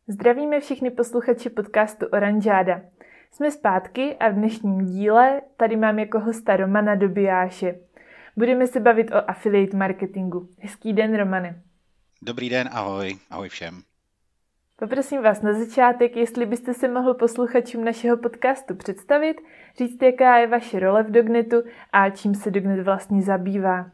Zdravíme všichni posluchači podcastu Oranžáda. Jsme zpátky a v dnešním díle tady mám jako hosta Romana Dobijáše. Budeme se bavit o affiliate marketingu. Hezký den, Romane. Dobrý den, ahoj, ahoj všem. Poprosím vás na začátek, jestli byste se mohl posluchačům našeho podcastu představit, říct, jaká je vaše role v Dognetu a čím se Dognet vlastně zabývá.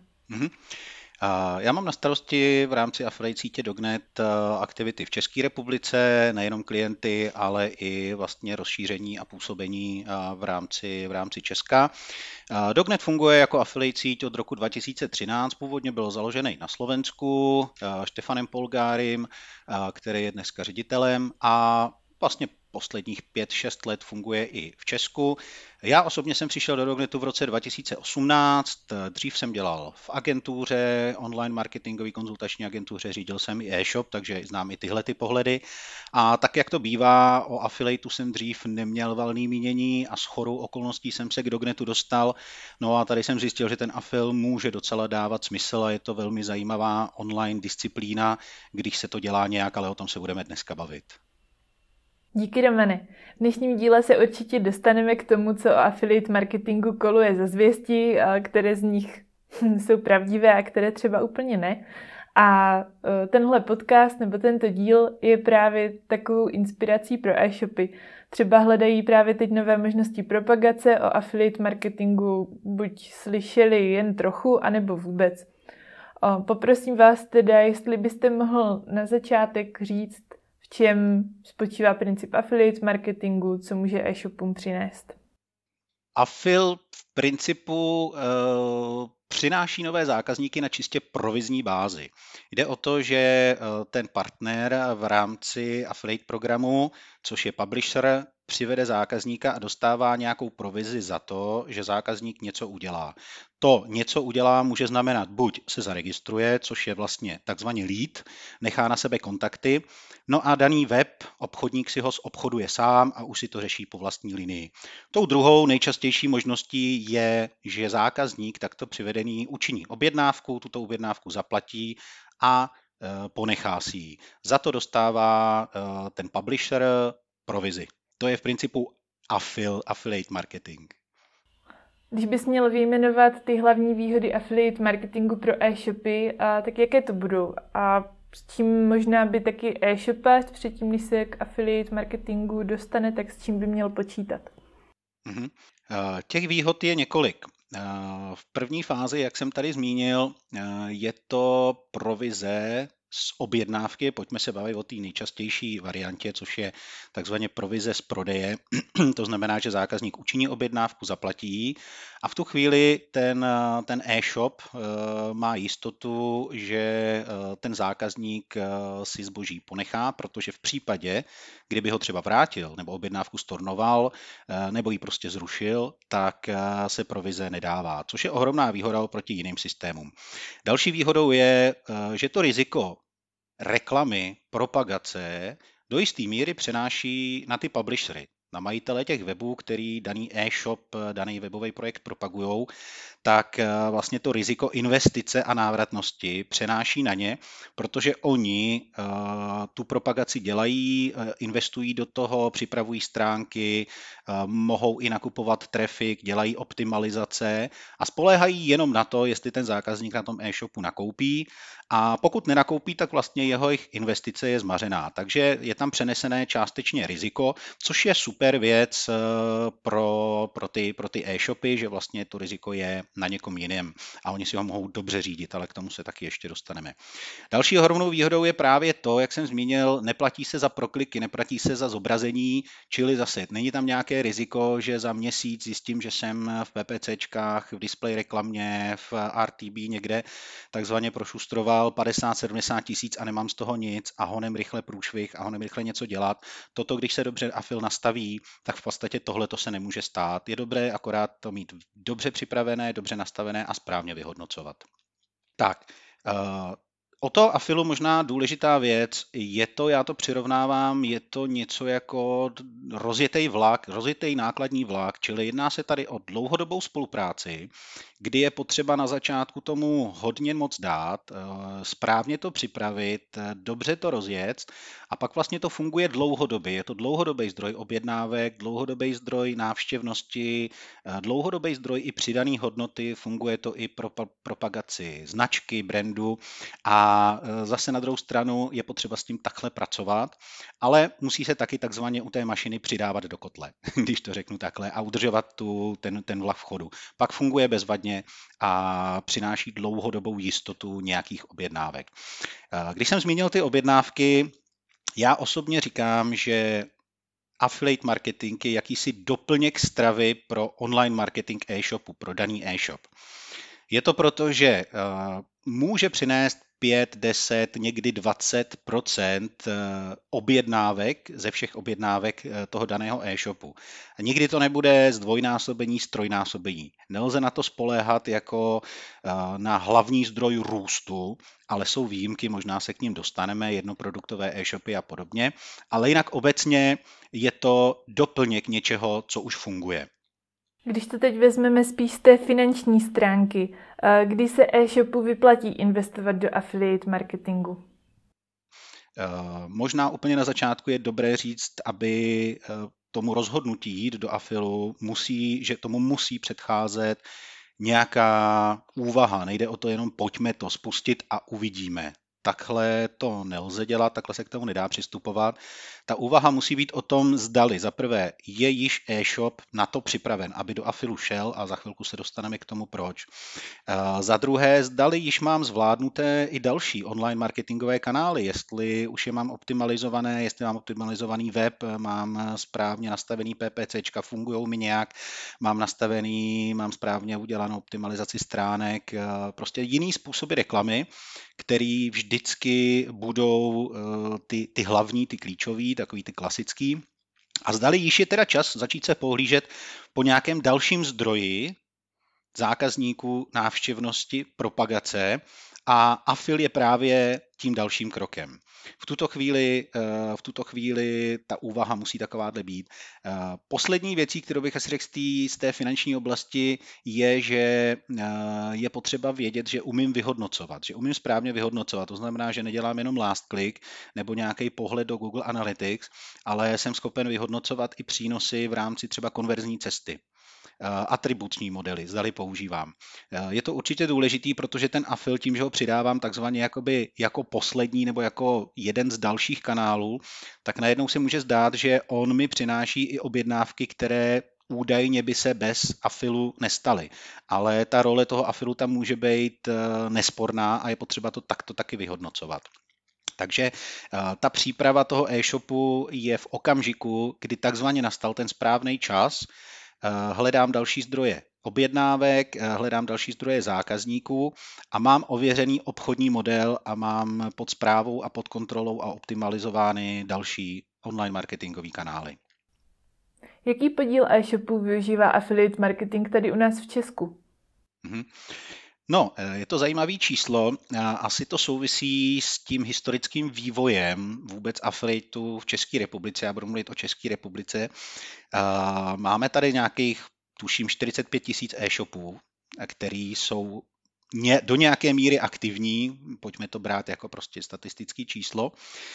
Já mám na starosti v rámci affiliate sítě Dognet aktivity v České republice, nejenom klienty, ale i vlastně rozšíření a působení v rámci Česka. Dognet funguje jako affiliate síť od roku 2013, původně byl založený na Slovensku Štefanem Polgárim, který je dneska ředitelem a vlastně posledních 5-6 let funguje i v Česku. Já osobně jsem přišel do Dognetu v roce 2018, dřív jsem dělal v agentuře, online marketingové konzultační agentuře, řídil jsem i e-shop, takže znám i tyhle ty pohledy. A tak, jak to bývá, o affiliateu jsem dřív neměl valný mínění a shodou okolností jsem se k Dognetu dostal. No a tady jsem zjistil, že ten affil může docela dávat smysl a je to velmi zajímavá online disciplína, když se to dělá nějak, ale o tom se budeme dneska bavit. Díky, Romane. V dnešním díle se určitě dostaneme k tomu, co o affiliate marketingu koluje za zvěsti, které z nich jsou pravdivé a které třeba úplně ne. A tenhle podcast nebo tento díl je právě takovou inspirací pro e-shopy. Třeba hledají právě teď nové možnosti propagace, o affiliate marketingu buď slyšeli jen trochu, anebo vůbec. Poprosím vás teda, jestli byste mohl na začátek říct, v čem spočívá princip affiliate marketingu, co může e-shopům přinést. Affil v principu přináší nové zákazníky na čistě provizní bázi. Jde o to, že ten partner v rámci affiliate programu, což je publisher, přivede zákazníka a dostává nějakou provizi za to, že zákazník něco udělá. To něco udělá může znamenat buď se zaregistruje, což je vlastně takzvaný lead, nechá na sebe kontakty, no a daný web, obchodník si ho zobchoduje sám a už si to řeší po vlastní linii. Tou druhou nejčastější možností je, že zákazník takto přivedený učiní objednávku, tuto objednávku zaplatí a ponechá si ji. Za to dostává ten publisher provizi. To je v principu affiliate marketing. Když bys měl vyjmenovat ty hlavní výhody affiliate marketingu pro e-shopy, tak jaké to budou? A s čím možná by taky e-shopař předtím, než se k affiliate marketingu dostane, tak s čím by měl počítat? Těch výhod je několik. V první fázi, jak jsem tady zmínil, je to provize z objednávky. Pojďme se bavit o té nejčastější variantě, což je takzvaně provize z prodeje. To znamená, že zákazník učiní objednávku, zaplatí a v tu chvíli ten e-shop má jistotu, že ten zákazník si zboží ponechá, protože v případě, kdyby ho třeba vrátil nebo objednávku stornoval nebo ji prostě zrušil, tak se provize nedává, což je ohromná výhoda oproti jiným systémům. Další výhodou je, že to riziko reklamy, propagace do jisté míry přenáší na ty publishery, na majitele těch webů, který daný e-shop, daný webový projekt propagujou, tak vlastně to riziko investice a návratnosti přenáší na ně, protože oni tu propagaci dělají, investují do toho, připravují stránky, mohou i nakupovat trafik, dělají optimalizace a spoléhají jenom na to, jestli ten zákazník na tom e-shopu nakoupí a pokud nenakoupí, tak vlastně jeho investice je zmařená. Takže je tam přenesené částečně riziko, což je super věc pro ty e-shopy, že vlastně to riziko je na někom jiném a oni si ho mohou dobře řídit, ale k tomu se taky ještě dostaneme. Další ohromnou výhodou je právě to, jak jsem zmínil, neplatí se za prokliky, neplatí se za zobrazení, čili zase není tam nějaké riziko, že za měsíc zjistím, že jsem v PPCčkách, v display reklamě, v RTB někde takzvaně prošustroval 50-70 tisíc a nemám z toho nic a honem rychle průšvih a honem rychle něco dělat. Toto, když se dobře affil nastaví, tak v podstatě tohle to se nemůže stát. Je dobré akorát to mít dobře připravené, dobře nastavené a správně vyhodnocovat. Tak, O to afilu možná důležitá věc, já to přirovnávám, je to něco jako rozjetý vlak, rozjetý nákladní vlak, čili jedná se tady o dlouhodobou spolupráci, kdy je potřeba na začátku tomu hodně moc dát, správně to připravit, dobře to rozjet a pak vlastně to funguje dlouhodobě. Je to dlouhodobý zdroj objednávek, dlouhodobý zdroj návštěvnosti, dlouhodobý zdroj i přidaný hodnoty, funguje to i pro propagaci značky, brandu a zase na druhou stranu je potřeba s tím takhle pracovat, ale musí se taky takzvaně u té mašiny přidávat do kotle, když to řeknu takhle, a udržovat ten vlak v chodu. Pak funguje bezvadně a přináší dlouhodobou jistotu nějakých objednávek. Když jsem zmínil ty objednávky, já osobně říkám, že affiliate marketing je jakýsi doplněk stravy pro online marketing e-shopu, pro daný e-shop. Je to proto, že může přinést 5, 10, někdy 20% objednávek ze všech objednávek toho daného e-shopu. Nikdy to nebude zdvojnásobení, strojnásobení. Nelze na to spoléhat jako na hlavní zdroj růstu, ale jsou výjimky, možná se k ním dostaneme, jednoproduktové e-shopy a podobně, ale jinak obecně je to doplněk něčeho, co už funguje. Když to teď vezmeme spíš z té finanční stránky, kdy se e-shopu vyplatí investovat do affiliate marketingu? Možná úplně na začátku je dobré říct, aby tomu rozhodnutí jít do afilu že tomu musí předcházet nějaká úvaha. Nejde o to jenom pojďme to spustit a uvidíme. Takhle to nelze dělat, takhle se k tomu nedá přistupovat. Ta úvaha musí být o tom, zdali za prvé je již e-shop na to připraven, aby do afilu šel a za chvilku se dostaneme k tomu proč. Za druhé, zdali již mám zvládnuté i další online marketingové kanály, jestli už je mám optimalizované, jestli mám optimalizovaný web, mám správně nastavený PPCčka, fungují mi nějak, mám správně udělanou optimalizaci stránek, prostě jiný způsoby reklamy, který vždycky budou ty hlavní, ty klíčový, takový ty klasický. A zdali již je teda čas začít se pohlížet po nějakém dalším zdroji zákazníků, návštěvnosti, propagace a afil je právě tím dalším krokem. V tuto chvíli ta úvaha musí takováhle být. Poslední věcí, kterou bych asi řekl z té finanční oblasti, je, že je potřeba vědět, že umím vyhodnocovat, že umím správně vyhodnocovat. To znamená, že nedělám jenom last click nebo nějaký pohled do Google Analytics, ale jsem schopen vyhodnocovat i přínosy v rámci třeba konverzní cesty. Atribuční modely, zdali používám. Je to určitě důležitý, protože ten afil tím, že ho přidávám takzvaně jako poslední nebo jako jeden z dalších kanálů, tak najednou se může zdát, že on mi přináší i objednávky, které údajně by se bez afilu nestaly. Ale ta role toho afilu tam může být nesporná a je potřeba to takto taky vyhodnocovat. Takže ta příprava toho e-shopu je v okamžiku, kdy takzvaně nastal ten správný čas, hledám další zdroje objednávek, hledám další zdroje zákazníků a mám ověřený obchodní model a mám pod správou a pod kontrolou a optimalizovány další online marketingové kanály. Jaký podíl e-shopů využívá affiliate marketing tady u nás v Česku? No, je to zajímavé číslo. Asi to souvisí s tím historickým vývojem vůbec affiliateu v České republice. Já budu mluvit o České republice. Máme tady nějakých, tuším, 45 000 e-shopů, který jsou do nějaké míry aktivní. Pojďme to brát jako prostě statistické číslo.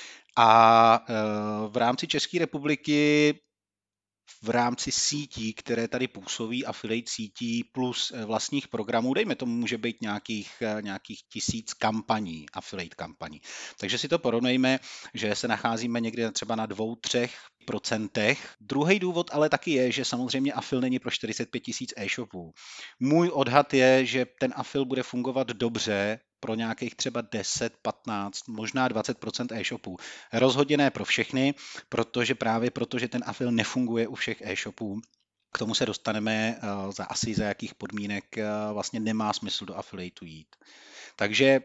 A v rámci České republiky v rámci sítí, které tady působí, affiliate sítí plus vlastních programů, dejme tomu, může být nějakých 1000 kampaní, affiliate kampaní. Takže si to porovnejme, že se nacházíme někde třeba na 2-3%. Druhý důvod ale taky je, že samozřejmě afil není pro 45 000 e-shopů. Můj odhad je, že ten afil bude fungovat dobře pro nějakých třeba 10, 15, možná 20% e-shopů. Rozhodně ne pro všechny, protože ten afil nefunguje u všech e-shopů. K tomu se dostaneme asi za jakých podmínek vlastně nemá smysl do affiliateu jít. Takže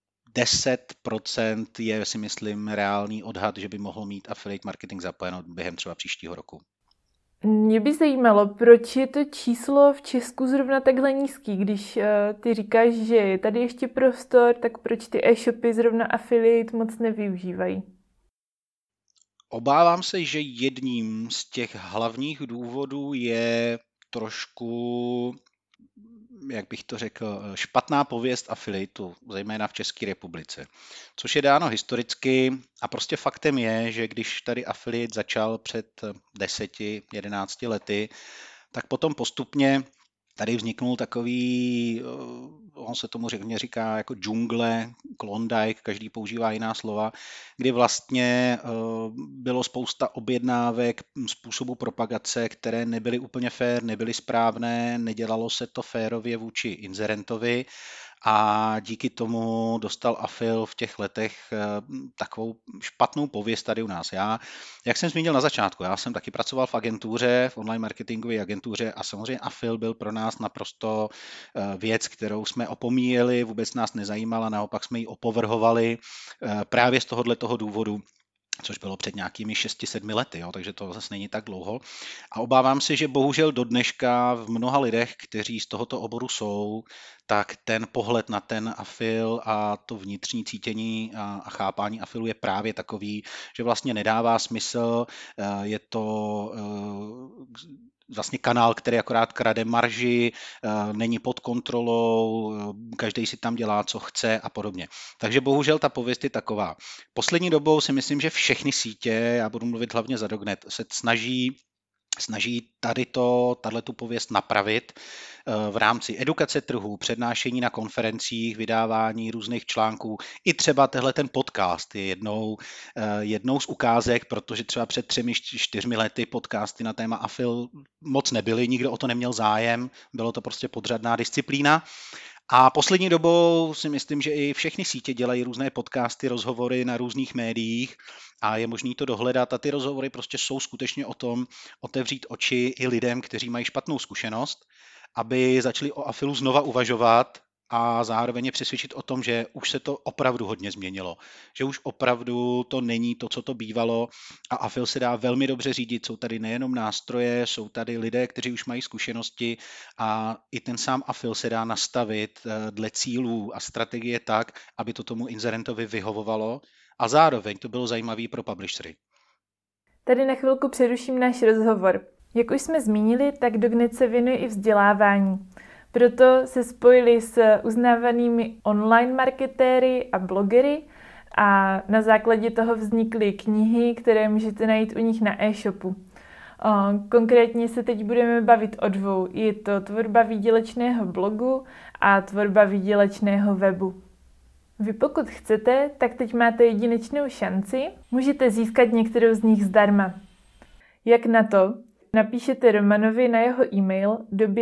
10% je, si myslím, reálný odhad, že by mohl mít affiliate marketing zapojeno během třeba příštího roku. Mě by zajímalo, proč je to číslo v Česku zrovna takhle nízký, když ty říkáš, že je tady ještě prostor, tak proč ty e-shopy zrovna affiliate moc nevyužívají? Obávám se, že jedním z těch hlavních důvodů je trošku, jak bych to řekl, špatná pověst affiliateu, zejména v České republice. Což je dáno historicky a prostě faktem je, že když tady affiliate začal před 10-11 lety, tak potom postupně tady vzniknul takový, on se tomu říká jako džungle, Klondike, každý používá jiná slova, kdy vlastně bylo spousta objednávek, způsobů propagace, které nebyly úplně fair, nebyly správné, nedělalo se to férově vůči inzerentovi a díky tomu dostal Afil v těch letech takovou špatnou pověst tady u nás. Jak jsem zmínil na začátku, já jsem taky pracoval v agentuře, v online marketingové agentuře a samozřejmě Afil byl pro nás naprosto věc, kterou jsme opomíjeli, vůbec nás nezajímala, naopak jsme ji opovrhovali právě z tohoto důvodu, což bylo před nějakými 6-7 lety, jo, takže to zase není tak dlouho. A obávám se, že bohužel do dneška v mnoha lidech, kteří z tohoto oboru jsou, tak ten pohled na ten afil a to vnitřní cítění a chápání afilu je právě takový, že vlastně nedává smysl, je to vlastně kanál, který akorát krade marži, není pod kontrolou, každý si tam dělá, co chce a podobně. Takže bohužel ta pověst je taková. Poslední dobou si myslím, že všechny sítě, já budu mluvit hlavně za Dognet, se snaží tu pověst napravit v rámci edukace trhu, přednášení na konferencích, vydávání různých článků. I třeba ten podcast je jednou z ukázek, protože třeba před 3-4 lety podcasty na téma afil moc nebyly, nikdo o to neměl zájem, bylo to prostě podřadná disciplína. A poslední dobou si myslím, že i všechny sítě dělají různé podcasty, rozhovory na různých médiích a je možné to dohledat a ty rozhovory prostě jsou skutečně o tom otevřít oči i lidem, kteří mají špatnou zkušenost, aby začali o afilu znova uvažovat a zároveň přesvědčit o tom, že už se to opravdu hodně změnilo, že už opravdu to není to, co to bývalo a afil se dá velmi dobře řídit. Jsou tady nejenom nástroje, jsou tady lidé, kteří už mají zkušenosti a i ten sám afil se dá nastavit dle cílů a strategie tak, aby to tomu inzerentovi vyhovovalo a zároveň to bylo zajímavé pro publishery. Tady na chvilku přeruším náš rozhovor. Jak už jsme zmínili, tak Dognet se věnuje i vzdělávání. Proto se spojili s uznávanými online marketéry a blogery a na základě toho vznikly knihy, které můžete najít u nich na e-shopu. Konkrétně se teď budeme bavit o dvou. Je to tvorba výdělečného blogu a tvorba výdělečného webu. Vy pokud chcete, tak teď máte jedinečnou šanci. Můžete získat některou z nich zdarma. Jak na to? Napíšete Romanovi na jeho e-mail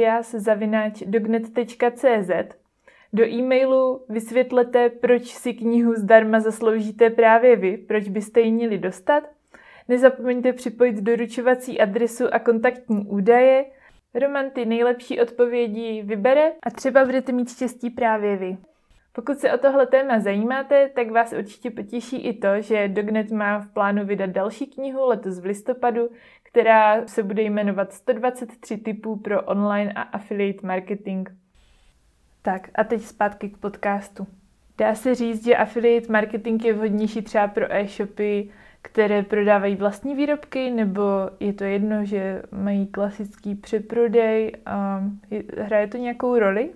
dobias@dognet.cz. Do e-mailu vysvětlete, proč si knihu zdarma zasloužíte právě vy, proč byste ji měli dostat. Nezapomeňte připojit doručovací adresu a kontaktní údaje. Roman ty nejlepší odpovědi vybere a třeba budete mít štěstí právě vy. Pokud se o tohle téma zajímáte, tak vás určitě potěší i to, že Dognet má v plánu vydat další knihu letos v listopadu, která se bude jmenovat 123 tipů pro online a affiliate marketing. Tak a teď zpátky k podcastu. Dá se říct, že affiliate marketing je vhodnější třeba pro e-shopy, které prodávají vlastní výrobky, nebo je to jedno, že mají klasický přeprodej a hraje to nějakou roli?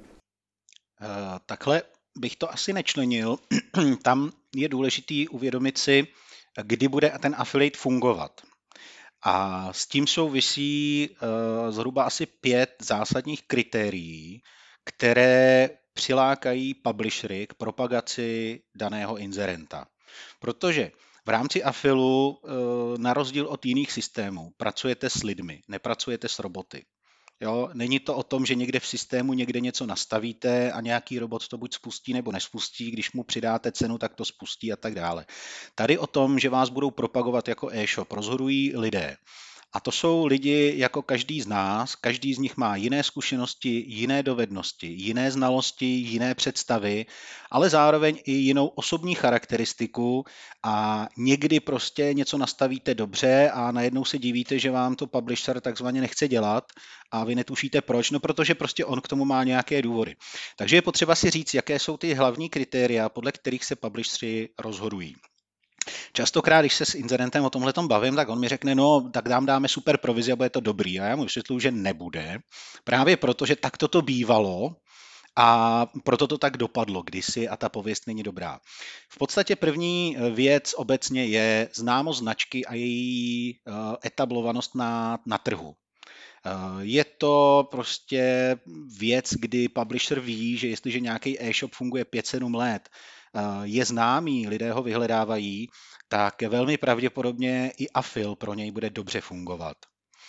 Takhle bych to asi nečlenil. Tam je důležitý uvědomit si, kdy bude ten affiliate fungovat. A s tím souvisí zhruba asi 5 zásadních kritérií, které přilákají publishery k propagaci daného inzerenta. Protože v rámci afilu, na rozdíl od jiných systémů, pracujete s lidmi, nepracujete s roboty. Jo, není to o tom, že někde v systému někde něco nastavíte a nějaký robot to buď spustí nebo nespustí, když mu přidáte cenu, tak to spustí a tak dále. Tady o tom, že vás budou propagovat jako e-shop, rozhodují lidé. A to jsou lidi jako každý z nás, každý z nich má jiné zkušenosti, jiné dovednosti, jiné znalosti, jiné představy, ale zároveň i jinou osobní charakteristiku a někdy prostě něco nastavíte dobře a najednou se divíte, že vám to publisher takzvaně nechce dělat a vy netušíte proč, no protože prostě on k tomu má nějaké důvody. Takže je potřeba si říct, jaké jsou ty hlavní kritéria, podle kterých se publisheri rozhodují. Častokrát, když se s inzerentem o tomhletom bavím, tak on mi řekne, no, tak dáme super provizi a bude to dobrý. A já mu vysvětluji, že nebude. Právě proto, že takto to bývalo a proto to tak dopadlo kdysi a ta pověst není dobrá. V podstatě první věc obecně je známost značky a její etablovanost na trhu. Je to prostě věc, kdy publisher ví, že jestliže nějaký e-shop funguje 5-7 let, je známý, lidé ho vyhledávají, tak velmi pravděpodobně i afil pro něj bude dobře fungovat.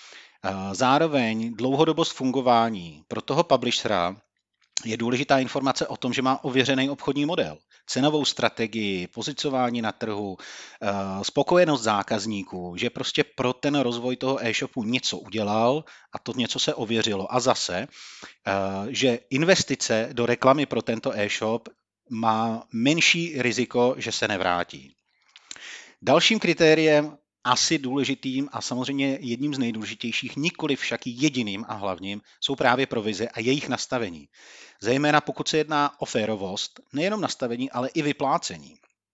Zároveň dlouhodobost fungování pro toho publishera je důležitá informace o tom, že má ověřený obchodní model, cenovou strategii, pozicování na trhu, spokojenost zákazníků, že prostě pro ten rozvoj toho e-shopu něco udělal a to něco se ověřilo. A zase, že investice do reklamy pro tento e-shop má menší riziko, že se nevrátí. Dalším kritériem, asi důležitým a samozřejmě jedním z nejdůležitějších, nikoli však jediným a hlavním, jsou právě provize a jejich nastavení. Zejména pokud se jedná o férovost, nejenom nastavení, ale i vyplácení.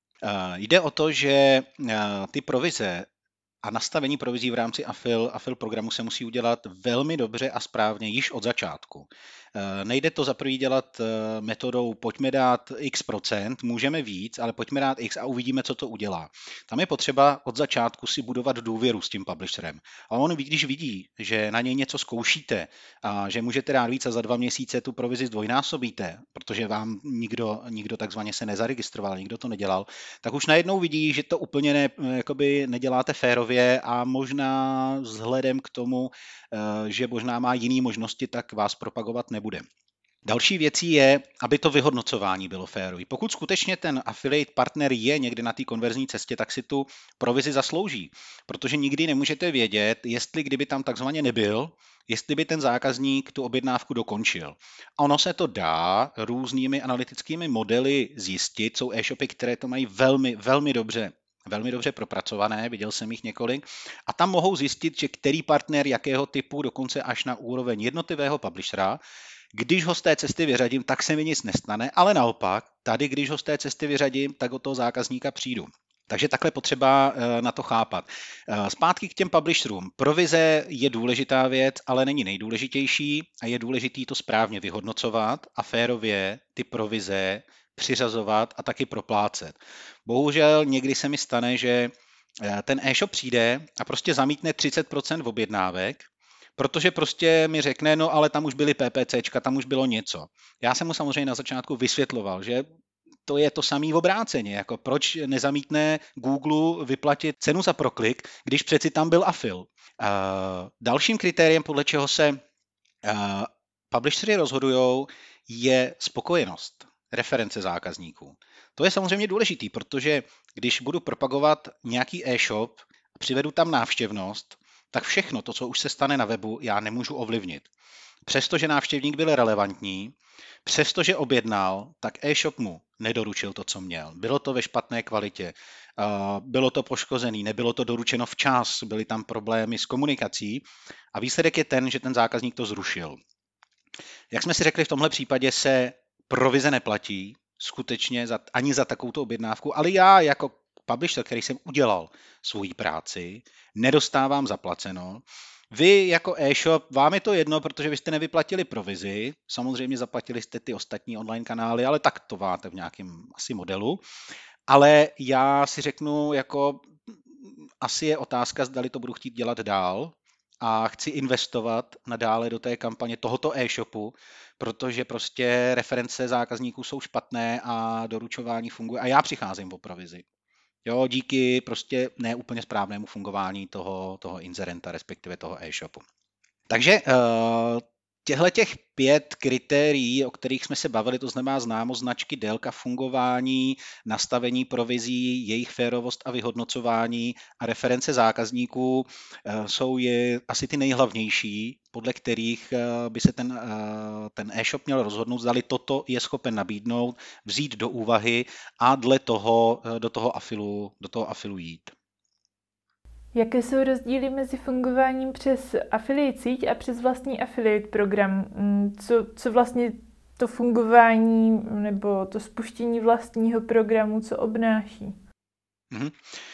Jde o to, že ty provize a nastavení provizí v rámci AFIL programu se musí udělat velmi dobře a správně již od začátku. Nejde to za prvý dělat metodou pojďme dát x%, můžeme víc, ale pojďme dát x a uvidíme, co to udělá. Tam je potřeba od začátku si budovat důvěru s tím publisherem. A on, když vidí, že na něj něco zkoušíte a že můžete dát víc a za 2 měsíce tu provizi zdvojnásobíte, protože vám nikdo takzvaně se nezaregistroval, nikdo to nedělal, tak už najednou vidí, že to úplně neděláte férově a možná vzhledem k tomu, že možná má jiné možnosti, tak vás propagovat nebude. Další věcí je, aby to vyhodnocování bylo férový. Pokud skutečně ten affiliate partner je někde na té konverzní cestě, tak si tu provizi zaslouží, protože nikdy nemůžete vědět, jestli kdyby tam takzvaně nebyl, jestli by ten zákazník tu objednávku dokončil. A ono se to dá různými analytickými modely zjistit. Jsou e-shopy, které to mají velmi dobře propracované, viděl jsem jich několik, a tam mohou zjistit, že který partner jakého typu, dokonce až na úroveň jednotlivého publishera, když ho z té cesty vyřadím, tak se mi nic nestane, ale naopak, tady, když ho z té cesty vyřadím, tak od toho zákazníka přijdu. Takže takhle potřeba na to chápat. Zpátky k těm publisherům. Provize je důležitá věc, ale není nejdůležitější a je důležitý to správně vyhodnocovat a férově ty provize přiřazovat a taky proplácet. Bohužel někdy se mi stane, že ten e-shop přijde a prostě zamítne 30% objednávek, protože prostě mi řekne, no ale tam už byly PPCčka, tam už bylo něco. Já jsem mu samozřejmě na začátku vysvětloval, že to je to samý obráceně, jako proč nezamítne Google vyplatit cenu za proklik, když přeci tam byl afil. Dalším kritériem, podle čeho se publishery rozhodujou, je spokojenost, reference zákazníků. To je samozřejmě důležitý, protože když budu propagovat nějaký e-shop a přivedu tam návštěvnost, tak všechno to, co už se stane na webu, já nemůžu ovlivnit. Přestože návštěvník byl relevantní, přestože objednal, tak e-shop mu nedoručil to, co měl. Bylo to ve špatné kvalitě, bylo to poškozený, nebylo to doručeno včas, byly tam problémy s komunikací a výsledek je ten, že ten zákazník to zrušil. Jak jsme si řekli, v tomhle případě se provize neplatí skutečně ani za takovouto objednávku, ale já jako publisher, který jsem udělal svoji práci, nedostávám zaplaceno. Vy jako e-shop, vám je to jedno, protože vy jste nevyplatili provizi, samozřejmě zaplatili jste ty ostatní online kanály, ale tak to máte v nějakém asi modelu. Ale já si řeknu, jako asi je otázka, zdali to budu chtít dělat dál a chci investovat nadále do té kampaně tohoto e-shopu, protože prostě reference zákazníků jsou špatné a doručování funguje a já přicházím o provizi. Jo, díky prostě neúplně správnému fungování toho inzerenta, respektive toho e-shopu. Takže Těch 5 kritérií, o kterých jsme se bavili, to znamená známost značky, délka fungování, nastavení provizí, jejich férovost a vyhodnocování a reference zákazníků, jsou asi ty nejhlavnější, podle kterých by se ten e-shop měl rozhodnout, zdali toto je schopen nabídnout, vzít do úvahy a do toho afilu jít. Jaké jsou rozdíly mezi fungováním přes affiliate síť a přes vlastní affiliate program? Co vlastně to fungování nebo to spuštění vlastního programu, co obnáší? Mm-hmm.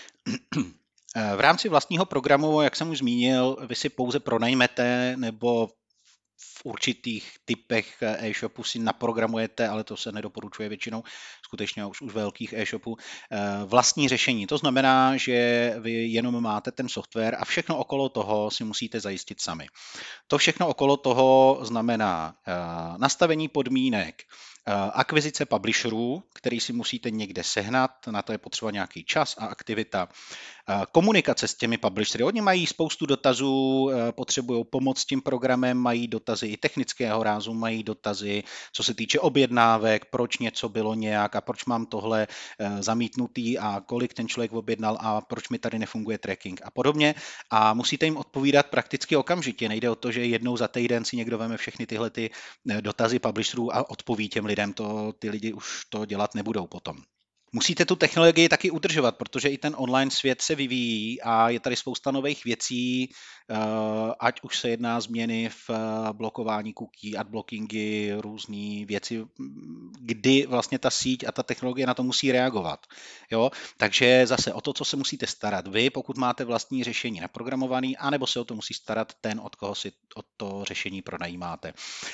V rámci vlastního programu, jak jsem už zmínil, vy si pouze pronajmete nebo v určitých typech e-shopů si naprogramujete, ale to se nedoporučuje většinou, skutečně už velkých e-shopů, vlastní řešení. To znamená, že vy jenom máte ten software a všechno okolo toho si musíte zajistit sami. To všechno okolo toho znamená nastavení podmínek, akvizice publisherů, který si musíte někde sehnat, na to je potřeba nějaký čas a aktivita. Komunikace s těmi publishery. Oni mají spoustu dotazů, potřebují pomoc s tím programem, mají dotazy i technického rázu, mají dotazy, co se týče objednávek, proč něco bylo nějak a proč mám tohle zamítnutý a kolik ten člověk objednal a proč mi tady nefunguje tracking a podobně. A musíte jim odpovídat prakticky okamžitě. Nejde o to, že jednou za týden si někdo veme všechny tyhle ty dotazy publisherů a odpoví těm lidem. Ty lidi už to dělat nebudou potom. Musíte tu technologii taky udržovat, protože i ten online svět se vyvíjí a je tady spousta nových věcí, ať už se jedná změny v blokování cookie, adblockingy, různé věci, kdy vlastně ta síť a ta technologie na to musí reagovat. Jo? Takže zase o to, co se musíte starat vy, pokud máte vlastní řešení naprogramovaný, anebo se o to musí starat ten, od koho si o to řešení pronajímáte.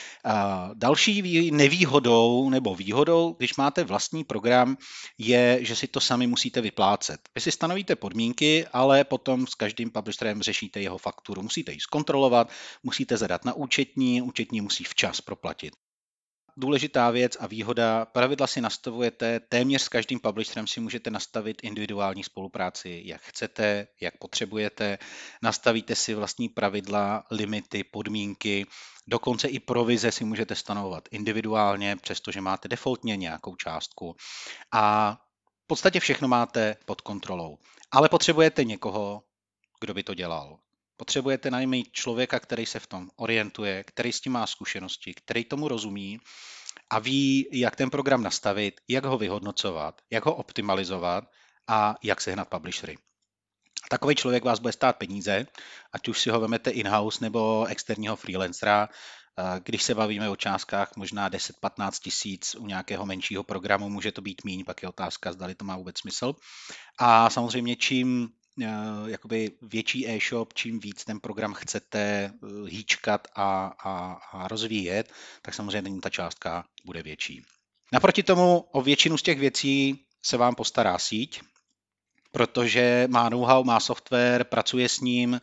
Další nevýhodou nebo výhodou, když máte vlastní program, je, že si to sami musíte vyplácet. Vy si stanovíte podmínky, ale potom s každým publisherem řešíte jeho fakturu. Musíte ji zkontrolovat, musíte zadat na účetní musí včas proplatit. Důležitá věc a výhoda, pravidla si nastavujete, téměř s každým publisherem si můžete nastavit individuální spolupráci, jak chcete, jak potřebujete, nastavíte si vlastní pravidla, limity, podmínky, dokonce i provize si můžete stanovovat individuálně, přestože máte defaultně nějakou částku a v podstatě všechno máte pod kontrolou. Ale potřebujete někoho, kdo by to dělal. Potřebujete najmít člověka, který se v tom orientuje, který s tím má zkušenosti, který tomu rozumí a ví, jak ten program nastavit, jak ho vyhodnocovat, jak ho optimalizovat a jak sehnat publishery. Takový člověk vás bude stát peníze, ať už si ho vemete in-house nebo externího freelancera. Když se bavíme o částkách možná 10-15 tisíc u nějakého menšího programu, může to být míň, pak je otázka, zdali to má vůbec smysl. A samozřejmě čím jakoby větší e-shop, čím víc ten program chcete hýčkat a rozvíjet, tak samozřejmě ta částka bude větší. Naproti tomu o většinu z těch věcí se vám postará síť, protože má know-how, má software, pracuje s ním,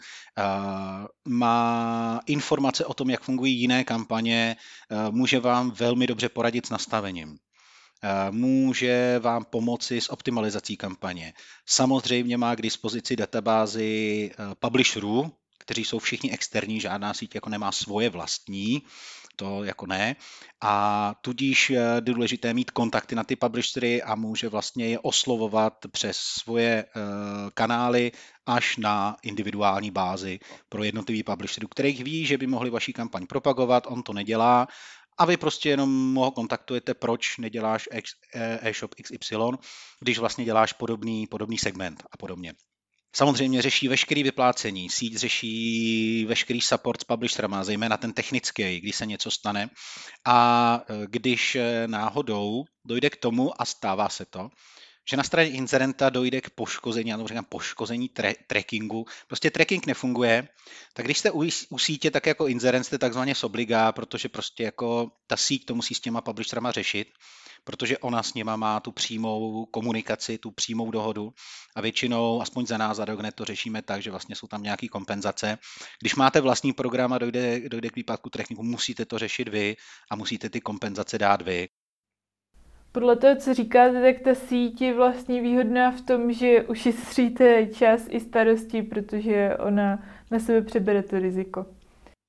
má informace o tom, jak fungují jiné kampaně, může vám velmi dobře poradit s nastavením. Může vám pomoci s optimalizací kampaně. Samozřejmě má k dispozici databázi publisherů, kteří jsou všichni externí, žádná síť jako nemá svoje vlastní, to jako ne. A tudíž je důležité mít kontakty na ty publishery a může vlastně je oslovovat přes svoje kanály až na individuální bázi pro jednotlivý publisherů, kterých ví, že by mohli vaši kampaň propagovat, on to nedělá, a vy prostě jenom ho kontaktujete, proč neděláš e-shop XY, když vlastně děláš podobný segment a podobně. Samozřejmě řeší veškerý vyplácení, síť řeší veškerý support s publisherama, zejména ten technický, když se něco stane. A když náhodou dojde k tomu, a stává se to, že na straně inzerenta dojde k poškození, já říkám poškození trackingu. Prostě tracking nefunguje, tak když jste u sítě, tak jako inzerent jste takzvaně sobliga, protože prostě jako ta síť to musí s těma publisherama řešit, protože ona s nima má tu přímou komunikaci, tu přímou dohodu a většinou, aspoň za nás, za Dognet to řešíme tak, že vlastně jsou tam nějaké kompenzace. Když máte vlastní program a dojde k výpadku trackingu, musíte to řešit vy a musíte ty kompenzace dát vy. Podle toho, co říkáte, tak ta síť je vlastně výhodná v tom, že ušetříte čas i starosti, protože ona na sebe přebere to riziko.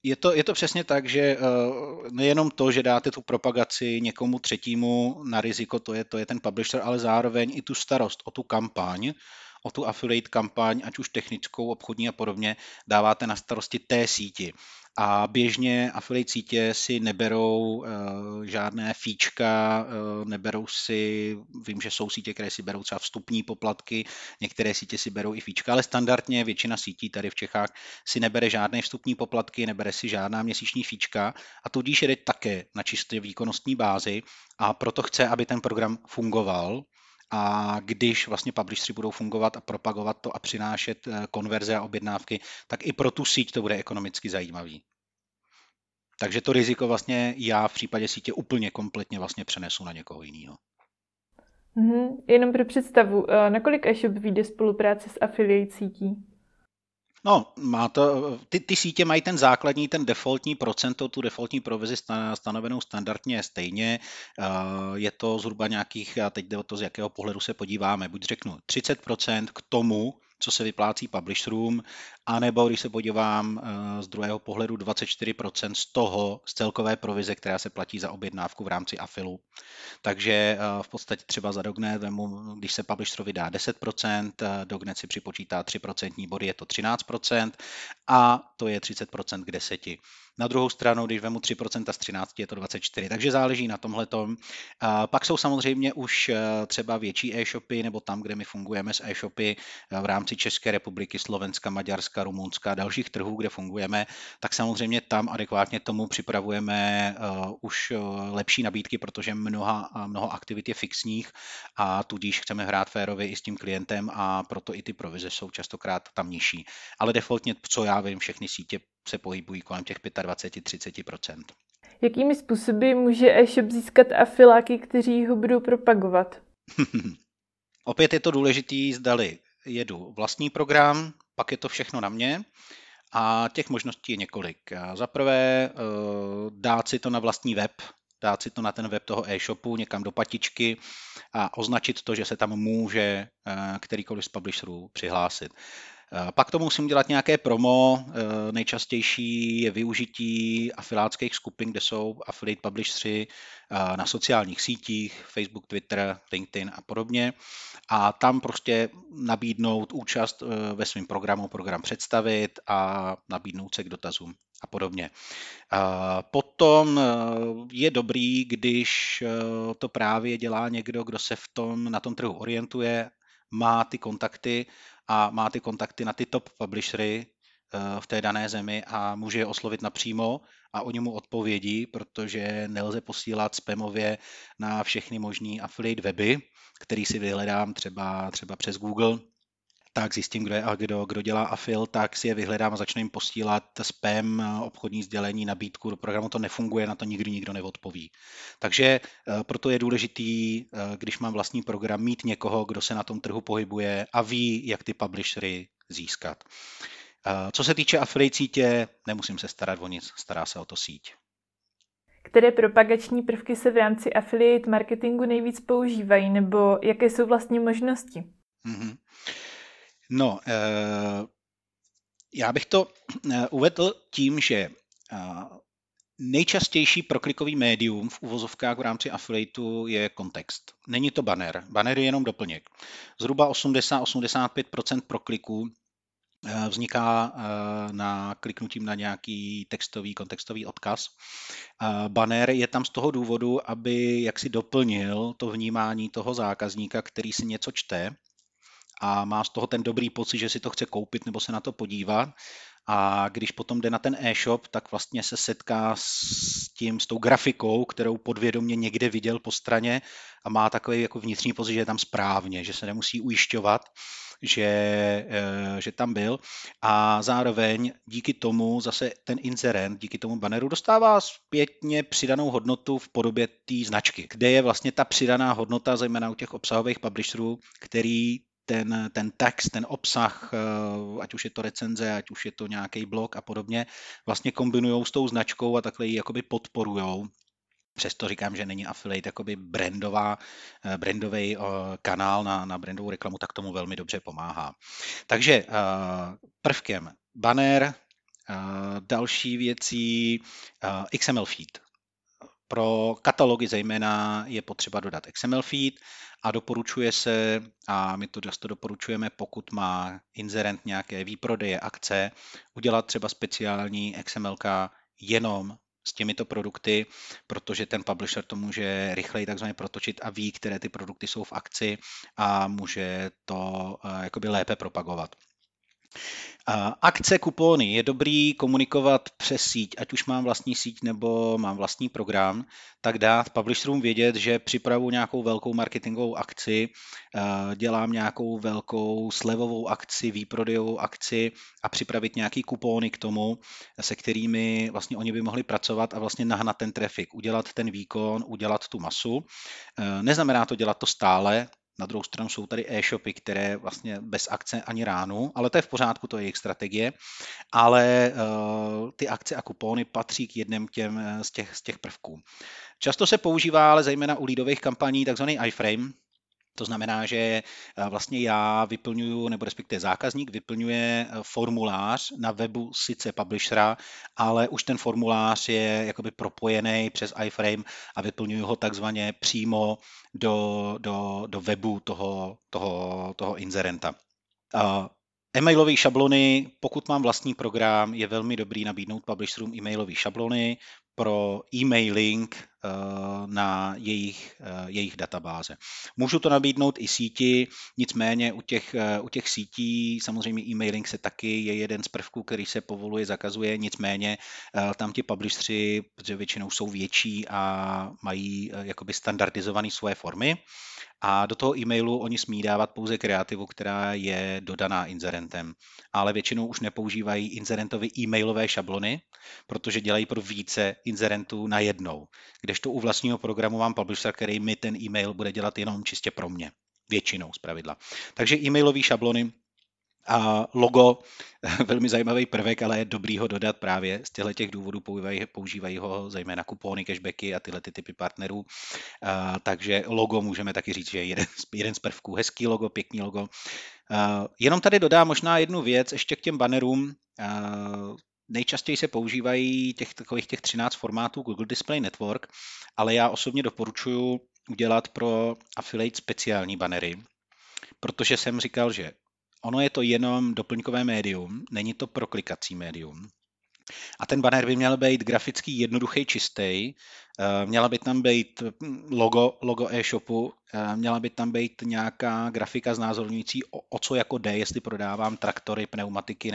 Je to přesně tak, že nejenom to, že dáte tu propagaci někomu třetímu na riziko, to je ten publisher, ale zároveň i tu starost o tu kampaň, o tu affiliate kampaň, ať už technickou, obchodní a podobně, dáváte na starosti té síti. A běžně affiliate sítě si neberou žádné fíčka, neberou si, vím, že jsou sítě, které si berou třeba vstupní poplatky, některé sítě si berou i fíčka, ale standardně většina sítí tady v Čechách si nebere žádné vstupní poplatky, nebere si žádná měsíční fíčka a tudíž jede také na čistě výkonnostní bázi a proto chce, aby ten program fungoval. A když vlastně publishři budou fungovat a propagovat to a přinášet konverze a objednávky, tak i pro tu síť to bude ekonomicky zajímavý. Takže to riziko vlastně já v případě sítě úplně kompletně vlastně přenesu na někoho jiného. Jenom pro představu, na kolik e-shop vyjde spolupráce s affiliate sítí? No, ty sítě mají ten základní, ten defaultní procento, tu defaultní provizi stanovenou standardně stejně. Je to zhruba nějakých, a teď jde o to, z jakého pohledu se podíváme, buď řeknu 30% k tomu, co se vyplácí publisherům, anebo když se podívám z druhého pohledu 24% z toho, z celkové provize, která se platí za objednávku v rámci afilu. Takže v podstatě třeba za Dognet, když se publisherovi dá 10%, Dognet si připočítá 3% body, je to 13% a to je 30% k 10. Na druhou stranu, když vemu 3% z 13, je to 24, takže záleží na tomhletom. Pak jsou samozřejmě už třeba větší e-shopy, nebo tam, kde my fungujeme s e-shopy v rámci České republiky, Slovenska, Maďarska, Rumunska a dalších trhů, kde fungujeme, tak samozřejmě tam adekvátně tomu připravujeme už lepší nabídky, protože mnoho aktivit je fixních a tudíž chceme hrát férově i s tím klientem a proto i ty provize jsou častokrát tam nižší. Ale defaultně, co já vím, všechny sítě se pohybují kolem těch 25-30%. Jakými způsoby může e-shop získat afiláky, kteří ho budou propagovat? Opět je to důležitý, zdali jedu vlastní program, pak je to všechno na mě a těch možností je několik. Za prvé dát si to na vlastní web, dát si to na ten web toho e-shopu někam do patičky a označit to, že se tam může kterýkoliv z publisherů přihlásit. Pak to musím dělat nějaké promo, nejčastější je využití afiliátských skupin, kde jsou affiliate publishři na sociálních sítích, Facebook, Twitter, LinkedIn a podobně. A tam prostě nabídnout účast ve svém programu, program představit a nabídnout se k dotazům a podobně. Potom je dobrý, když to právě dělá někdo, kdo se na tom trhu orientuje, má ty kontakty a má ty kontakty na ty top publishery v té dané zemi a může je oslovit napřímo a oni mu odpovědí, protože nelze posílat spamově na všechny možný affiliate weby, který si vyhledám třeba přes Google, tak zjistím, kdo je a kdo dělá afil, tak si je vyhledám a začnu jim posílat spam, obchodní sdělení, nabídku do programu, to nefunguje, na to nikdy nikdo neodpoví. Takže proto je důležitý, když mám vlastní program, mít někoho, kdo se na tom trhu pohybuje a ví, jak ty publishery získat. Co se týče affiliate sítě, nemusím se starat o nic, stará se o to síť. Které propagační prvky se v rámci affiliate marketingu nejvíc používají, nebo jaké jsou vlastně možnosti? No, já bych to uvedl tím, že nejčastější proklikový médium v uvozovkách v rámci affiliateu je kontext. Není to banner. Banner je jenom doplněk. Zhruba 80-85% prokliků vzniká na kliknutím na nějaký kontextový odkaz. Banner je tam z toho důvodu, aby jaksi doplnil to vnímání toho zákazníka, který si něco čte a má z toho ten dobrý pocit, že si to chce koupit nebo se na to podívat. A když potom jde na ten e-shop, tak vlastně se setká s tou grafikou, kterou podvědomě někde viděl po straně a má takový jako vnitřní pocit, že je tam správně, že se nemusí ujišťovat, že tam byl. A zároveň díky tomu zase ten inzerent, díky tomu banneru dostává zpětně přidanou hodnotu v podobě té značky, kde je vlastně ta přidaná hodnota, zejména u těch obsahových publisherů, který ten text, ten obsah, ať už je to recenze, ať už je to nějaký blog a podobně, vlastně kombinujou s tou značkou a takhle ji jakoby podporujou. Přesto říkám, že není affiliate jakoby brandový kanál na brandovou reklamu, tak tomu velmi dobře pomáhá. Takže prvkem banner, Další věcí XML feed. Pro katalogy zejména je potřeba dodat XML feed a doporučuje se, a my to často doporučujeme, pokud má inzerent nějaké výprodeje, akce, udělat třeba speciální XMLK jenom s těmito produkty, protože ten publisher to může rychleji takzvaně protočit a ví, které ty produkty jsou v akci a může to jakoby lépe propagovat. Akce, kupóny. Je dobrý komunikovat přes síť, ať už mám vlastní síť nebo mám vlastní program, tak dát publisherům vědět, že připravu nějakou velkou marketingovou akci, dělám nějakou velkou slevovou akci, výprodejovou akci a připravit nějaký kupóny k tomu, se kterými vlastně oni by mohli pracovat a vlastně nahnat ten trafik, udělat ten výkon, udělat tu masu. Neznamená to dělat to stále. Na druhou stranu jsou tady e-shopy, které vlastně bez akce ani ránu, ale to je v pořádku, to je jejich strategie, ale ty akce a kupóny patří k jedním z těch prvků. Často se používá, ale zejména u leadových kampaní, takzvaný iframe. To znamená, že vlastně já vyplňuju, nebo respektive zákazník vyplňuje formulář na webu sice publishera, ale už ten formulář je jakoby propojený přes iframe a vyplňuju ho takzvaně přímo do webu toho inzerenta. E-mailové šablony, pokud mám vlastní program, je velmi dobrý nabídnout publisherům e-mailové šablony pro e-mailing na jejich databáze. Můžu to nabídnout i síti, nicméně u těch sítí samozřejmě e-mailing se taky je jeden z prvků, který se povoluje, zakazuje, nicméně tam ti publisheri, protože většinou jsou větší a mají jakoby standardizované svoje formy, a do toho e-mailu oni smí dávat pouze kreativu, která je dodaná inzerentem. Ale většinou už nepoužívají inzerentovy e-mailové šablony, protože dělají pro více inzerentů najednou. Kdežto u vlastního programu mám publisher, který mi ten e-mail bude dělat jenom čistě pro mě. Většinou zpravidla. Takže e-mailové šablony a logo, velmi zajímavý prvek, ale je dobrý ho dodat právě z těchto důvodů, používají ho zejména kupóny, cashbacky a tyhle typy partnerů. Takže logo můžeme taky říct, že je jeden z prvků. Hezký logo, pěkný logo. Jenom tady dodám možná jednu věc ještě k těm bannerům. Nejčastěji se používají těch 13 formátů Google Display Network, ale já osobně doporučuji udělat pro affiliate speciální bannery, protože jsem říkal, že ono je to jenom doplňkové médium, není to proklikací médium. A ten banner by měl být graficky jednoduchý, čistý, měla by tam být logo e-shopu, měla by tam být nějaká grafika znázorňující, o co jako jde, jestli prodávám traktory, pneumatiky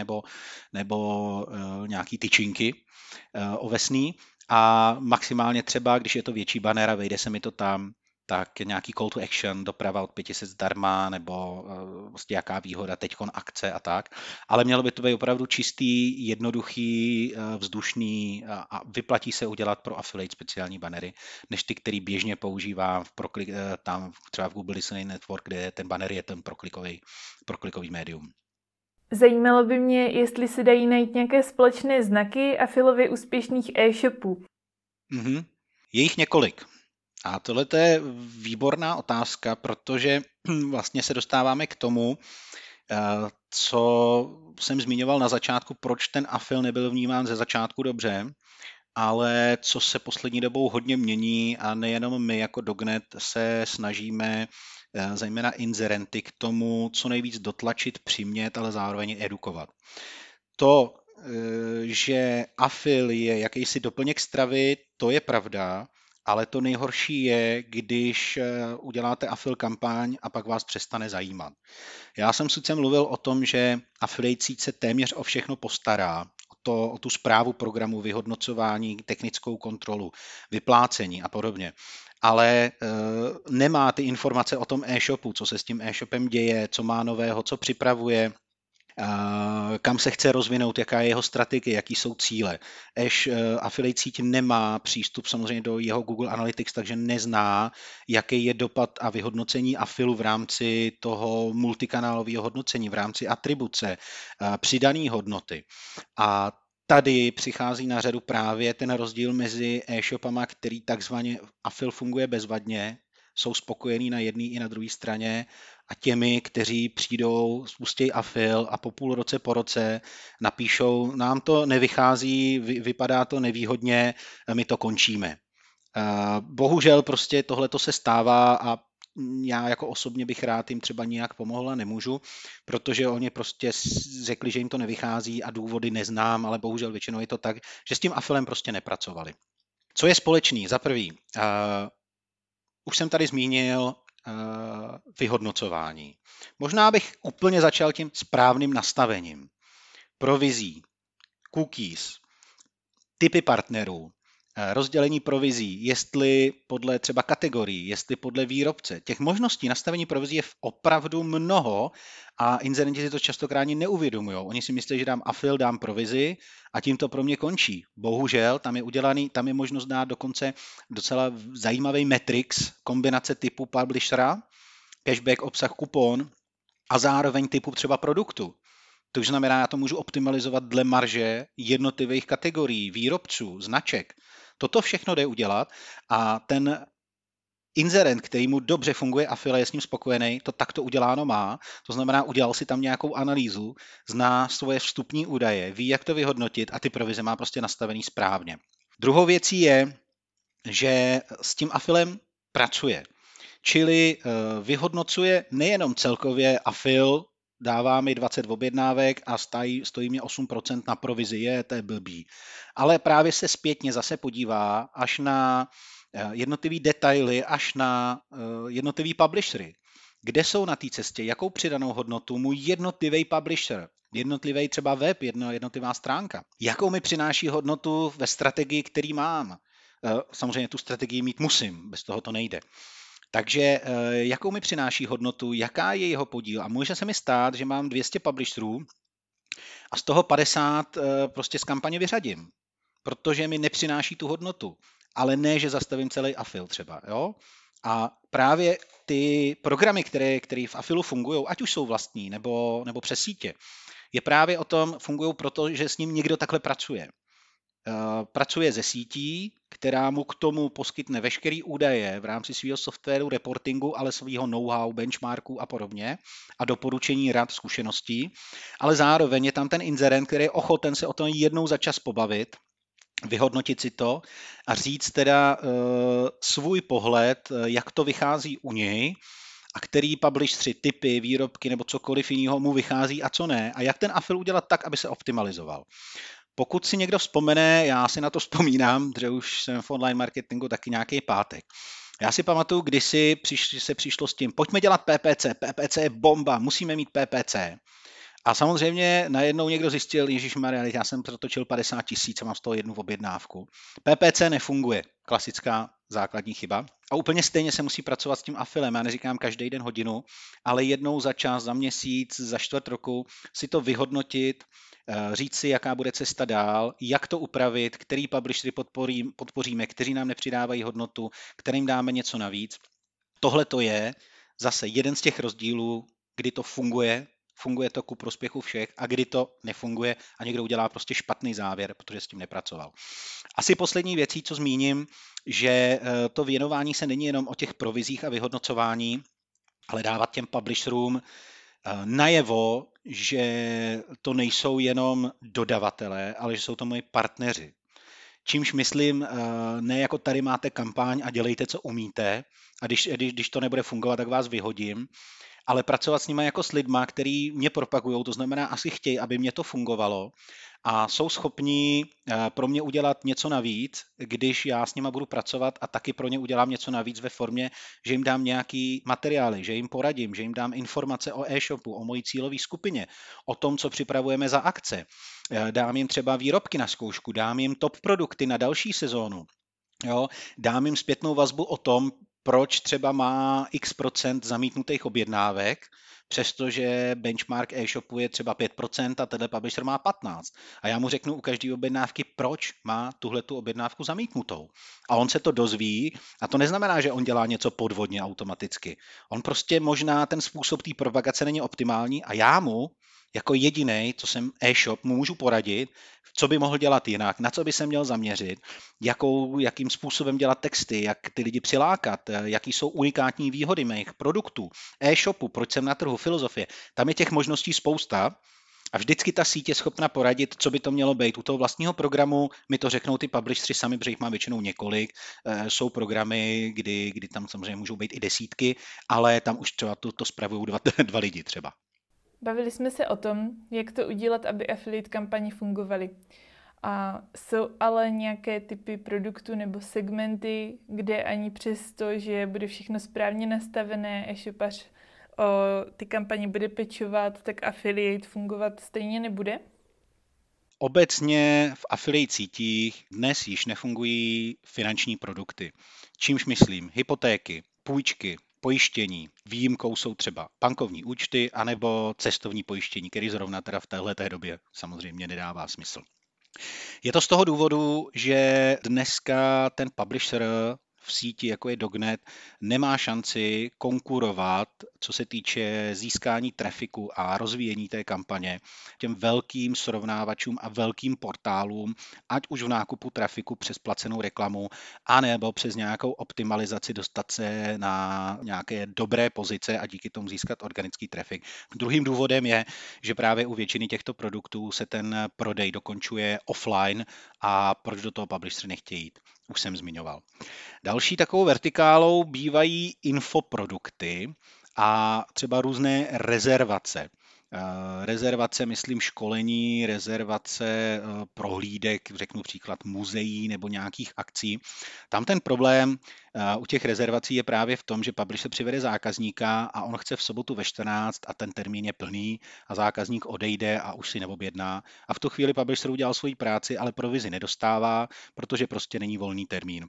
nebo nějaký tyčinky ovesný. A maximálně třeba, když je to větší banner a vejde se mi to tam, tak nějaký call to action, doprava od 500 zdarma, nebo vlastně jaká výhoda, teďkon akce a tak. Ale mělo by to být opravdu čistý, jednoduchý, vzdušný a vyplatí se udělat pro affiliate speciální bannery, než ty, který běžně používám tam třeba v Google Display Network, kde ten banner je ten proklikový médium. Zajímalo by mě, jestli se dají najít nějaké společné znaky affiliově úspěšných e-shopů. Je jich několik. A tohle je výborná otázka, protože vlastně se dostáváme k tomu, co jsem zmiňoval na začátku, proč ten affil nebyl vnímán ze začátku dobře, ale co se poslední dobou hodně mění a nejenom my jako Dognet se snažíme zejména inzerenty k tomu, co nejvíc dotlačit, přimět, ale zároveň edukovat. To, že affil je jakýsi doplněk stravy, to je pravda, ale to nejhorší je, když uděláte affil kampaň a pak vás přestane zajímat. Já jsem sice mluvil o tom, že affiliate síť se téměř o všechno postará, o tu správu programu, vyhodnocování, technickou kontrolu, vyplácení a podobně. Ale nemá ty informace o tom e-shopu, co se s tím e-shopem děje, co má nového, co připravuje, kam se chce rozvinout, jaká je jeho strategie, jaký jsou cíle. Affiliate síť nemá přístup samozřejmě do jeho Google Analytics, takže nezná, jaký je dopad a vyhodnocení affilu v rámci toho multikanálového hodnocení, v rámci atribuce, přidané hodnoty. A tady přichází na řadu právě ten rozdíl mezi e-shopama, který takzvaně affil funguje bezvadně, jsou spokojení na jedné i na druhé straně, a těmi, kteří přijdou, spustí afil a po půl roce, po roce napíšou, nám to nevychází, vypadá to nevýhodně, my to končíme. Bohužel prostě tohleto se stává a já jako osobně bych rád jim třeba nějak pomohl a nemůžu, protože oni prostě řekli, že jim to nevychází a důvody neznám, ale bohužel většinou je to tak, že s tím afilem prostě nepracovali. Co je společný? Za prvý, už jsem tady zmínil vyhodnocování. Možná bych úplně začal tím správným nastavením. Provizí, cookies, typy partnerů, rozdělení provizí, jestli podle třeba kategorií, jestli podle výrobce. Těch možností nastavení provizí je opravdu mnoho a inzerenti si to častokrát neuvědomují. Oni si myslí, že dám afil, dám provizi a tím to pro mě končí. Bohužel, tam je možnost dát dokonce docela zajímavý matrix, kombinace typu publishera, cashback, obsah, kupon a zároveň typu třeba produktu. To už znamená, já to můžu optimalizovat dle marže jednotlivých kategorií, výrobců, značek. Toto všechno jde udělat a ten inzerent, který mu dobře funguje afile, je s ním spokojený, to takto uděláno má. To znamená, udělal si tam nějakou analýzu, zná svoje vstupní údaje, ví, jak to vyhodnotit a ty provize má prostě nastavený správně. Druhou věcí je, že s tím afilem pracuje. Čili vyhodnocuje nejenom celkově afil, dává mi 20 objednávek a stojí mě 8% na provizi, to je blbý. Ale právě se zpětně zase podívá až na jednotlivý detaily, až na jednotlivý publishery. Kde jsou na té cestě, jakou přidanou hodnotu můj jednotlivý publisher, jednotlivý třeba web, jednotlivá stránka. Jakou mi přináší hodnotu ve strategii, který mám. Samozřejmě tu strategii mít musím, bez toho to nejde. Takže jakou mi přináší hodnotu, jaká je jeho podíl a může se mi stát, že mám 200 publisherů a z toho 50 prostě z kampaně vyřadím, protože mi nepřináší tu hodnotu, ale ne, že zastavím celý afil třeba. Jo? A právě ty programy, které v afilu fungují, ať už jsou vlastní nebo přes sítě, je právě o tom, fungují proto, že s ním někdo takhle pracuje. Pracuje ze sítí, která mu k tomu poskytne veškeré údaje v rámci svého softwaru, reportingu, ale svého know-how, benchmarku a podobně a doporučení rad, zkušeností. Ale zároveň je tam ten inzerent, který je ochoten se o tom jednou za čas pobavit, vyhodnotit si to a říct teda svůj pohled, jak to vychází u něj a který publishři, typy, výrobky nebo cokoliv jiného mu vychází a co ne a jak ten afil udělat tak, aby se optimalizoval. Pokud si někdo vzpomene, já si na to vzpomínám, že už jsem v online marketingu taky nějaký pátek. Já si pamatuju, kdysi se přišlo s tím, pojďme dělat PPC, PPC je bomba, musíme mít PPC. A samozřejmě najednou někdo zjistil, ježišmarja, já jsem protočil 50 000 a mám z toho jednu objednávku. PPC nefunguje, klasická základní chyba. A úplně stejně se musí pracovat s tím afilem. Já neříkám každý den hodinu, ale jednou za čas, za měsíc, za čtvrt roku si to vyhodnotit, říct si, jaká bude cesta dál, jak to upravit, který publishery podpoříme, kteří nám nepřidávají hodnotu, kterým dáme něco navíc. Tohle to je zase jeden z těch rozdílů, kdy to funguje to ku prospěchu všech a kdy to nefunguje a někdo udělá prostě špatný závěr, protože s tím nepracoval. Asi poslední věcí, co zmíním, že to věnování se není jenom o těch provizích a vyhodnocování, ale dávat těm publisherům najevo, že to nejsou jenom dodavatelé, ale že jsou to moji partneři. Čímž myslím, ne jako tady máte kampaň a dělejte, co umíte a když to nebude fungovat, tak vás vyhodím, ale pracovat s nimi jako s lidma, který mě propagují, to znamená asi chtějí, aby mě to fungovalo a jsou schopní pro mě udělat něco navíc, když já s nima budu pracovat a taky pro ně udělám něco navíc ve formě, že jim dám nějaký materiály, že jim poradím, že jim dám informace o e-shopu, o mojí cílové skupině, o tom, co připravujeme za akce. Dám jim třeba výrobky na zkoušku, dám jim top produkty na další sezónu. Jo, dám jim zpětnou vazbu o tom, proč třeba má x% zamítnutých objednávek, přestože benchmark e-shopu je třeba 5% a tenhle publisher má 15%. A já mu řeknu u každé objednávky, proč má tuhletu objednávku zamítnutou. A on se to dozví a to neznamená, že on dělá něco podvodně automaticky. On prostě možná ten způsob té propagace není optimální a já mu Jako jediný, co jsem e-shop, mu můžu poradit, co by mohl dělat jinak, na co by se měl zaměřit, jakým způsobem dělat texty, jak ty lidi přilákat, jaký jsou unikátní výhody mých produktů, e-shopu, proč jsem na trhu, filozofie. Tam je těch možností spousta a vždycky ta síť je schopna poradit, co by to mělo být. U toho vlastního programu mi to řeknou ty publishři sami, protože jich mám většinou několik. Jsou programy, kdy tam samozřejmě můžou být i desítky, ale tam už třeba to spravují dva lidi třeba. Bavili jsme se o tom, jak to udělat, aby affiliate kampaně fungovaly. A jsou ale nějaké typy produktů nebo segmenty, kde ani přesto, že bude všechno správně nastavené, e-shopař o ty kampaně bude pečovat, tak affiliate fungovat stejně nebude? Obecně v affiliate sítích dnes již nefungují finanční produkty. Čímž myslím hypotéky, půjčky, pojištění. Výjimkou jsou třeba bankovní účty anebo cestovní pojištění, který zrovna teda v téhleté době samozřejmě nedává smysl. Je to z toho důvodu, že dneska ten publisher v síti, jako je Dognet, nemá šanci konkurovat, co se týče získání trafiku a rozvíjení té kampaně těm velkým srovnávačům a velkým portálům, ať už v nákupu trafiku přes placenou reklamu, anebo přes nějakou optimalizaci dostat se na nějaké dobré pozice a díky tomu získat organický trafik. Druhým důvodem je, že právě u většiny těchto produktů se ten prodej dokončuje offline a proč do toho publisher nechtějí jít, už jsem zmiňoval. Další takovou vertikálou bývají infoprodukty a třeba různé rezervace. Rezervace, myslím školení, rezervace prohlídek, řeknu příklad muzeí nebo nějakých akcí. Tam ten problém u těch rezervací je právě v tom, že publisher přivede zákazníka a on chce v sobotu ve 14 a ten termín je plný a zákazník odejde a už si neobjedná. A v tu chvíli publisher udělal svoji práci, ale provizi nedostává, protože prostě není volný termín.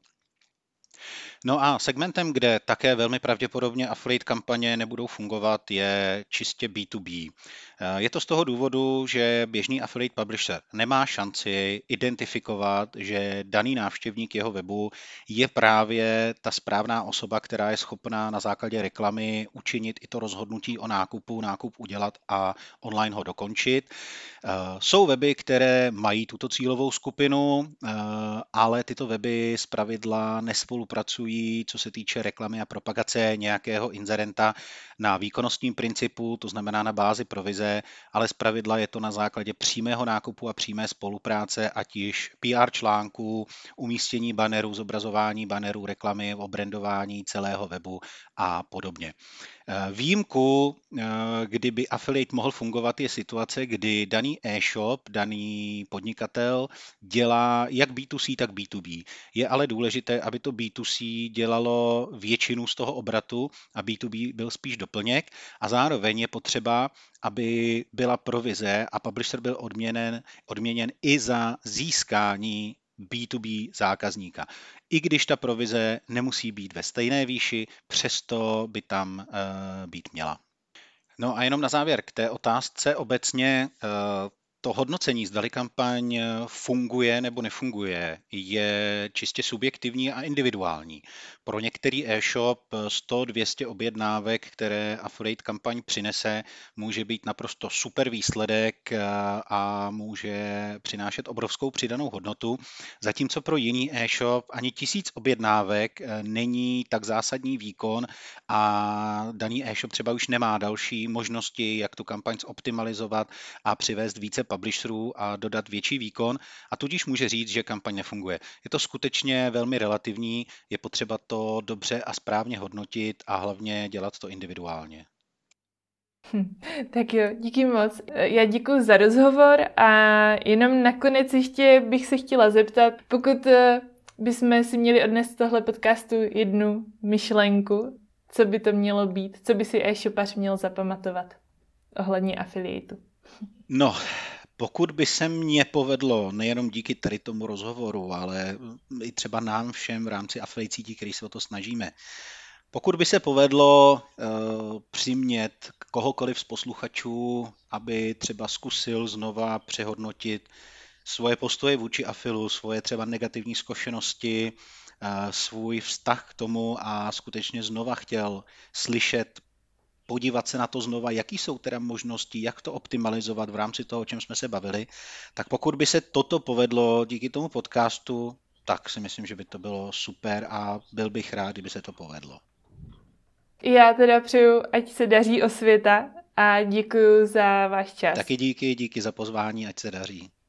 No a segmentem, kde také velmi pravděpodobně affiliate kampaně nebudou fungovat, je čistě B2B. Je to z toho důvodu, že běžný affiliate publisher nemá šanci identifikovat, že daný návštěvník jeho webu je právě ta správná osoba, která je schopná na základě reklamy učinit i to rozhodnutí o nákup udělat a online ho dokončit. Jsou weby, které mají tuto cílovou skupinu, ale tyto weby zpravidla nespolupracují, co se týče reklamy a propagace nějakého inzerenta na výkonnostním principu, to znamená na bázi provize, ale zpravidla je to na základě přímého nákupu a přímé spolupráce, ať již PR článků, umístění bannerů, zobrazování bannerů, reklamy, obrandování celého webu a podobně. Výjimku, kdyby affiliate mohl fungovat, je situace, kdy daný e-shop, daný podnikatel dělá jak B2C, tak B2B. Je ale důležité, aby to B2C dělalo většinu z toho obratu a B2B byl spíš doplněk a zároveň je potřeba, aby byla provize a publisher byl odměněn i za získání B2B zákazníka. I když ta provize nemusí být ve stejné výši, přesto by tam být měla. No a jenom na závěr k té otázce obecně to hodnocení, zdali kampaň funguje nebo nefunguje, je čistě subjektivní a individuální. Pro některý e-shop 100-200 objednávek, které affiliate kampaň přinese, může být naprosto super výsledek a může přinášet obrovskou přidanou hodnotu, zatímco pro jiný e-shop ani 1000 objednávek není tak zásadní výkon a daný e-shop třeba už nemá další možnosti, jak tu kampaň zoptimalizovat a přivést více publisherů a dodat větší výkon a tudíž může říct, že kampaň nefunguje. Je to skutečně velmi relativní, je potřeba to dobře a správně hodnotit a hlavně dělat to individuálně. Tak jo, díky moc. Já děkuji za rozhovor a jenom nakonec ještě bych se chtěla zeptat, pokud bychom si měli odnést z tohle podcastu jednu myšlenku, co by to mělo být, co by si e-shopař měl zapamatovat ohledně afiliatu. No, pokud by se mně povedlo, nejenom díky tady tomu rozhovoru, ale i třeba nám všem v rámci affiliate sítí, který se o to snažíme, pokud by se povedlo přimět kohokoliv z posluchačů, aby třeba zkusil znova přehodnotit svoje postoje vůči afilu, svoje třeba negativní zkušenosti, svůj vztah k tomu a skutečně znova chtěl slyšet podívat se na to znova, jaký jsou teda možnosti, jak to optimalizovat v rámci toho, o čem jsme se bavili, tak pokud by se toto povedlo díky tomu podcastu, tak si myslím, že by to bylo super a byl bych rád, kdyby se to povedlo. Já teda přeju, ať se daří osvěta a děkuji za váš čas. Taky díky za pozvání, ať se daří.